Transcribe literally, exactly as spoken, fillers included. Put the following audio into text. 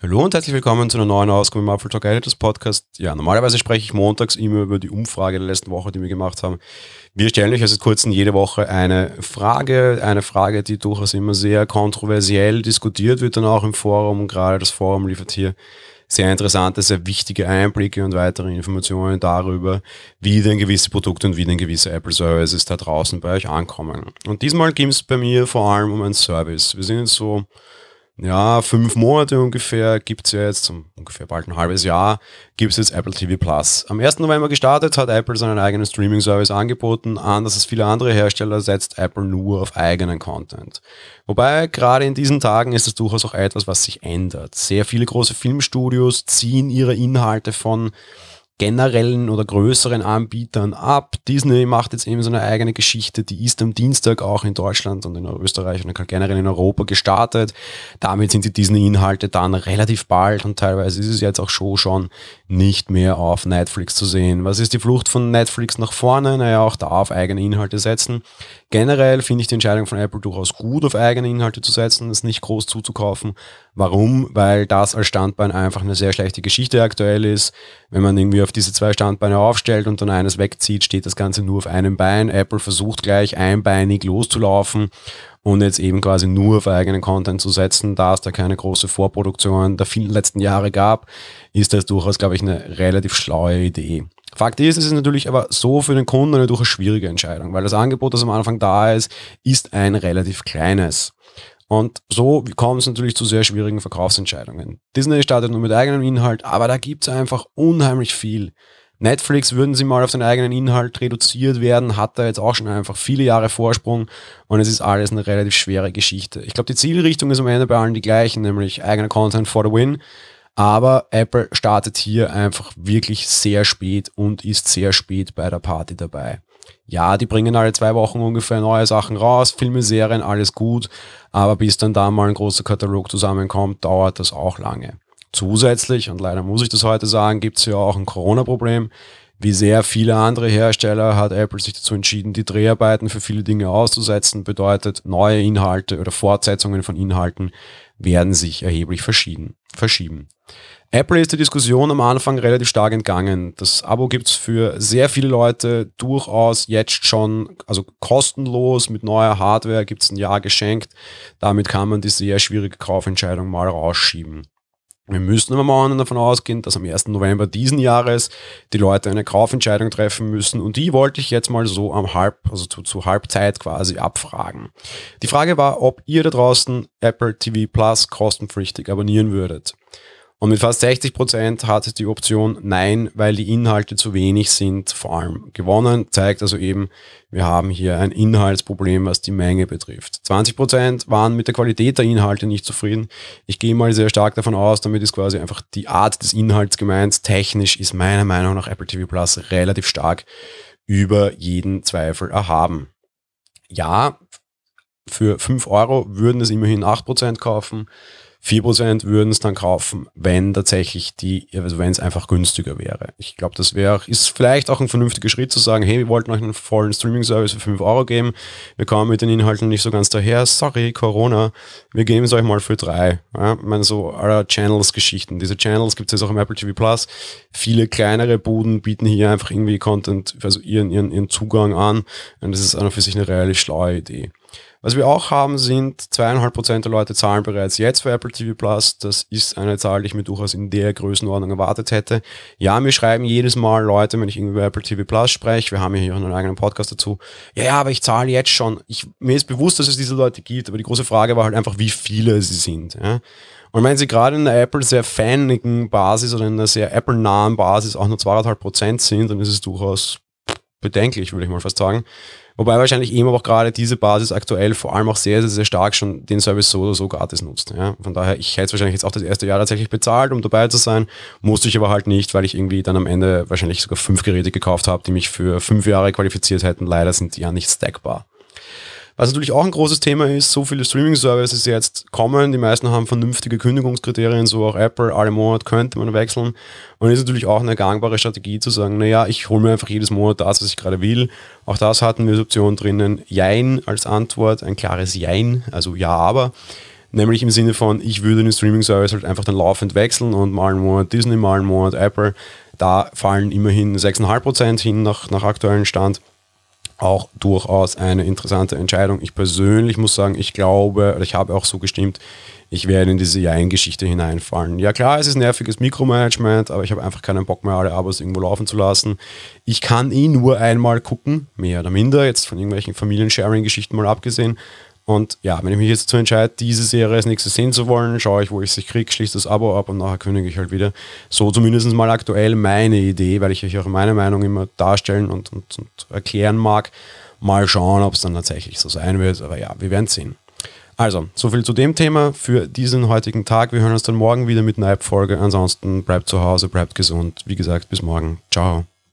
Hallo und herzlich willkommen zu einer neuen Ausgabe im Apple Talk Editors Podcast. Ja, normalerweise spreche ich montags immer über die Umfrage der letzten Woche, die wir gemacht haben. Wir stellen euch also kurz jede Woche eine Frage, eine Frage, die durchaus immer sehr kontroversiell diskutiert wird dann auch im Forum, und gerade das Forum liefert hier sehr interessante, sehr wichtige Einblicke und weitere Informationen darüber, wie denn gewisse Produkte und wie denn gewisse Apple Services da draußen bei euch ankommen. Und diesmal ging es bei mir vor allem um einen Service. Wir sind jetzt so Ja, fünf Monate ungefähr gibt's ja jetzt, ungefähr bald ein halbes Jahr, gibt's jetzt Apple T V Plus. Am ersten November gestartet, hat Apple seinen eigenen Streaming-Service angeboten. Anders als viele andere Hersteller setzt Apple nur auf eigenen Content. Wobei, gerade in diesen Tagen ist es durchaus auch etwas, was sich ändert. Sehr viele große Filmstudios ziehen ihre Inhalte von generellen oder größeren Anbietern ab. Disney macht jetzt eben so eine eigene Geschichte, die ist am Dienstag auch in Deutschland und in Österreich und generell in Europa gestartet. Damit sind die Disney-Inhalte dann relativ bald und teilweise ist es jetzt auch schon schon nicht mehr auf Netflix zu sehen. Was ist die Flucht von Netflix nach vorne? Naja, auch da auf eigene Inhalte setzen. Generell finde ich die Entscheidung von Apple durchaus gut, auf eigene Inhalte zu setzen, es nicht groß zuzukaufen. Warum? Weil das als Standbein einfach eine sehr schlechte Geschichte aktuell ist. Wenn man irgendwie auf diese zwei Standbeine aufstellt und dann eines wegzieht, steht das Ganze nur auf einem Bein. Apple versucht gleich einbeinig loszulaufen und jetzt eben quasi nur auf eigenen Content zu setzen. Da es da keine große Vorproduktion der vielen letzten Jahre gab, ist das durchaus, glaube ich, eine relativ schlaue Idee. Fakt ist, es ist natürlich aber so für den Kunden eine durchaus schwierige Entscheidung, weil das Angebot, das am Anfang da ist, ist ein relativ kleines. Und so kommt es natürlich zu sehr schwierigen Verkaufsentscheidungen. Disney startet nur mit eigenem Inhalt, aber da gibt es einfach unheimlich viel. Netflix, würden sie mal auf den eigenen Inhalt reduziert werden, hat da jetzt auch schon einfach viele Jahre Vorsprung und es ist alles eine relativ schwere Geschichte. Ich glaube, die Zielrichtung ist am Ende bei allen die gleichen, nämlich eigener Content for the win. Aber Apple startet hier einfach wirklich sehr spät und ist sehr spät bei der Party dabei. Ja, die bringen alle zwei Wochen ungefähr neue Sachen raus, Filme, Serien, alles gut, aber bis dann da mal ein großer Katalog zusammenkommt, dauert das auch lange. Zusätzlich, und leider muss ich das heute sagen, gibt es ja auch ein Corona-Problem. Wie sehr viele andere Hersteller hat Apple sich dazu entschieden, die Dreharbeiten für viele Dinge auszusetzen, bedeutet, neue Inhalte oder Fortsetzungen von Inhalten werden sich erheblich verschieben. verschieben. Apple ist die Diskussion am Anfang relativ stark entgangen. Das Abo gibt's für sehr viele Leute durchaus jetzt schon, also kostenlos mit neuer Hardware, gibt's ein Jahr geschenkt. Damit kann man die sehr schwierige Kaufentscheidung mal rausschieben. Wir müssen aber mal davon ausgehen, dass am ersten November diesen Jahres die Leute eine Kaufentscheidung treffen müssen und die wollte ich jetzt mal so am Halb, also zu, zu Halbzeit quasi abfragen. Die Frage war, ob ihr da draußen Apple T V Plus kostenpflichtig abonnieren würdet. Und mit fast sechzig Prozent hat die Option Nein, weil die Inhalte zu wenig sind, vor allem gewonnen. Zeigt also eben, wir haben hier ein Inhaltsproblem, was die Menge betrifft. zwanzig Prozent waren mit der Qualität der Inhalte nicht zufrieden. Ich gehe mal sehr stark davon aus, damit ist quasi einfach die Art des Inhalts gemeint. Technisch ist meiner Meinung nach Apple T V Plus relativ stark über jeden Zweifel erhaben. Ja, für fünf Euro würden es immerhin acht Prozent kaufen. vier Prozent würden es dann kaufen, wenn tatsächlich die, also wenn es einfach günstiger wäre. Ich glaube, das wäre, ist vielleicht auch ein vernünftiger Schritt zu sagen, hey, wir wollten euch einen vollen Streaming-Service für fünf Euro geben, wir kommen mit den Inhalten nicht so ganz daher, sorry, Corona, wir geben es euch mal für drei. Ja, ich meine, so aller Channels-Geschichten. Diese Channels gibt es jetzt auch im Apple T V Plus. Viele kleinere Buden bieten hier einfach irgendwie Content, also ihren, ihren, ihren Zugang an und das ist an und für sich eine relativ schlaue Idee. Was wir auch haben, sind zweieinhalb Prozent der Leute zahlen bereits jetzt für Apple T V Plus. Das ist eine Zahl, die ich mir durchaus in der Größenordnung erwartet hätte. Ja, mir schreiben jedes Mal Leute, wenn ich irgendwie über Apple T V Plus spreche, wir haben ja hier auch einen eigenen Podcast dazu, ja, ja, aber ich zahle jetzt schon. Ich, mir ist bewusst, dass es diese Leute gibt, aber die große Frage war halt einfach, wie viele sie sind. Ja? Und wenn sie gerade in einer Apple sehr fanigen Basis oder in einer sehr Apple-nahen Basis auch nur zweieinhalb Prozent sind, dann ist es durchaus bedenklich, würde ich mal fast sagen. Wobei wahrscheinlich eben auch gerade diese Basis aktuell vor allem auch sehr, sehr, sehr stark schon den Service so oder so gratis nutzt. Ja. Von daher, ich hätte es wahrscheinlich jetzt auch das erste Jahr tatsächlich bezahlt, um dabei zu sein. Musste ich aber halt nicht, weil ich irgendwie dann am Ende wahrscheinlich sogar fünf Geräte gekauft habe, die mich für fünf Jahre qualifiziert hätten. Leider sind die ja nicht stackbar. Was natürlich auch ein großes Thema ist, so viele Streaming-Services jetzt kommen, die meisten haben vernünftige Kündigungskriterien, so auch Apple, alle Monat könnte man wechseln und ist natürlich auch eine gangbare Strategie zu sagen, naja, ich hole mir einfach jedes Monat das, was ich gerade will. Auch das hatten wir als Option drinnen, Jein als Antwort, ein klares Jein, also ja, aber. nämlich im Sinne von, ich würde den Streaming-Service halt einfach dann laufend wechseln und mal einen Monat Disney, mal einen Monat Apple. Da fallen immerhin sechs Komma fünf Prozent hin nach, nach aktuellem Stand. Auch durchaus eine interessante Entscheidung. Ich persönlich muss sagen, ich glaube, oder ich habe auch so gestimmt, ich werde in diese Jein-Geschichte hineinfallen. Ja klar, es ist nerviges Mikromanagement, aber ich habe einfach keinen Bock mehr, alle Abos irgendwo laufen zu lassen. Ich kann eh nur einmal gucken, mehr oder minder, jetzt von irgendwelchen Familiensharing-Geschichten mal abgesehen. Und ja, wenn ich mich jetzt dazu entscheide, diese Serie als nächstes sehen zu wollen, schaue ich, wo ich es kriege, schließe das Abo ab und nachher kündige ich halt wieder. So zumindest mal aktuell meine Idee, weil ich euch auch meine Meinung immer darstellen und, und, und erklären mag. Mal schauen, ob es dann tatsächlich so sein wird. Aber ja, wir werden sehen. Also, soviel zu dem Thema für diesen heutigen Tag. Wir hören uns dann morgen wieder mit einer App-Folge. Ansonsten bleibt zu Hause, bleibt gesund. Wie gesagt, bis morgen. Ciao.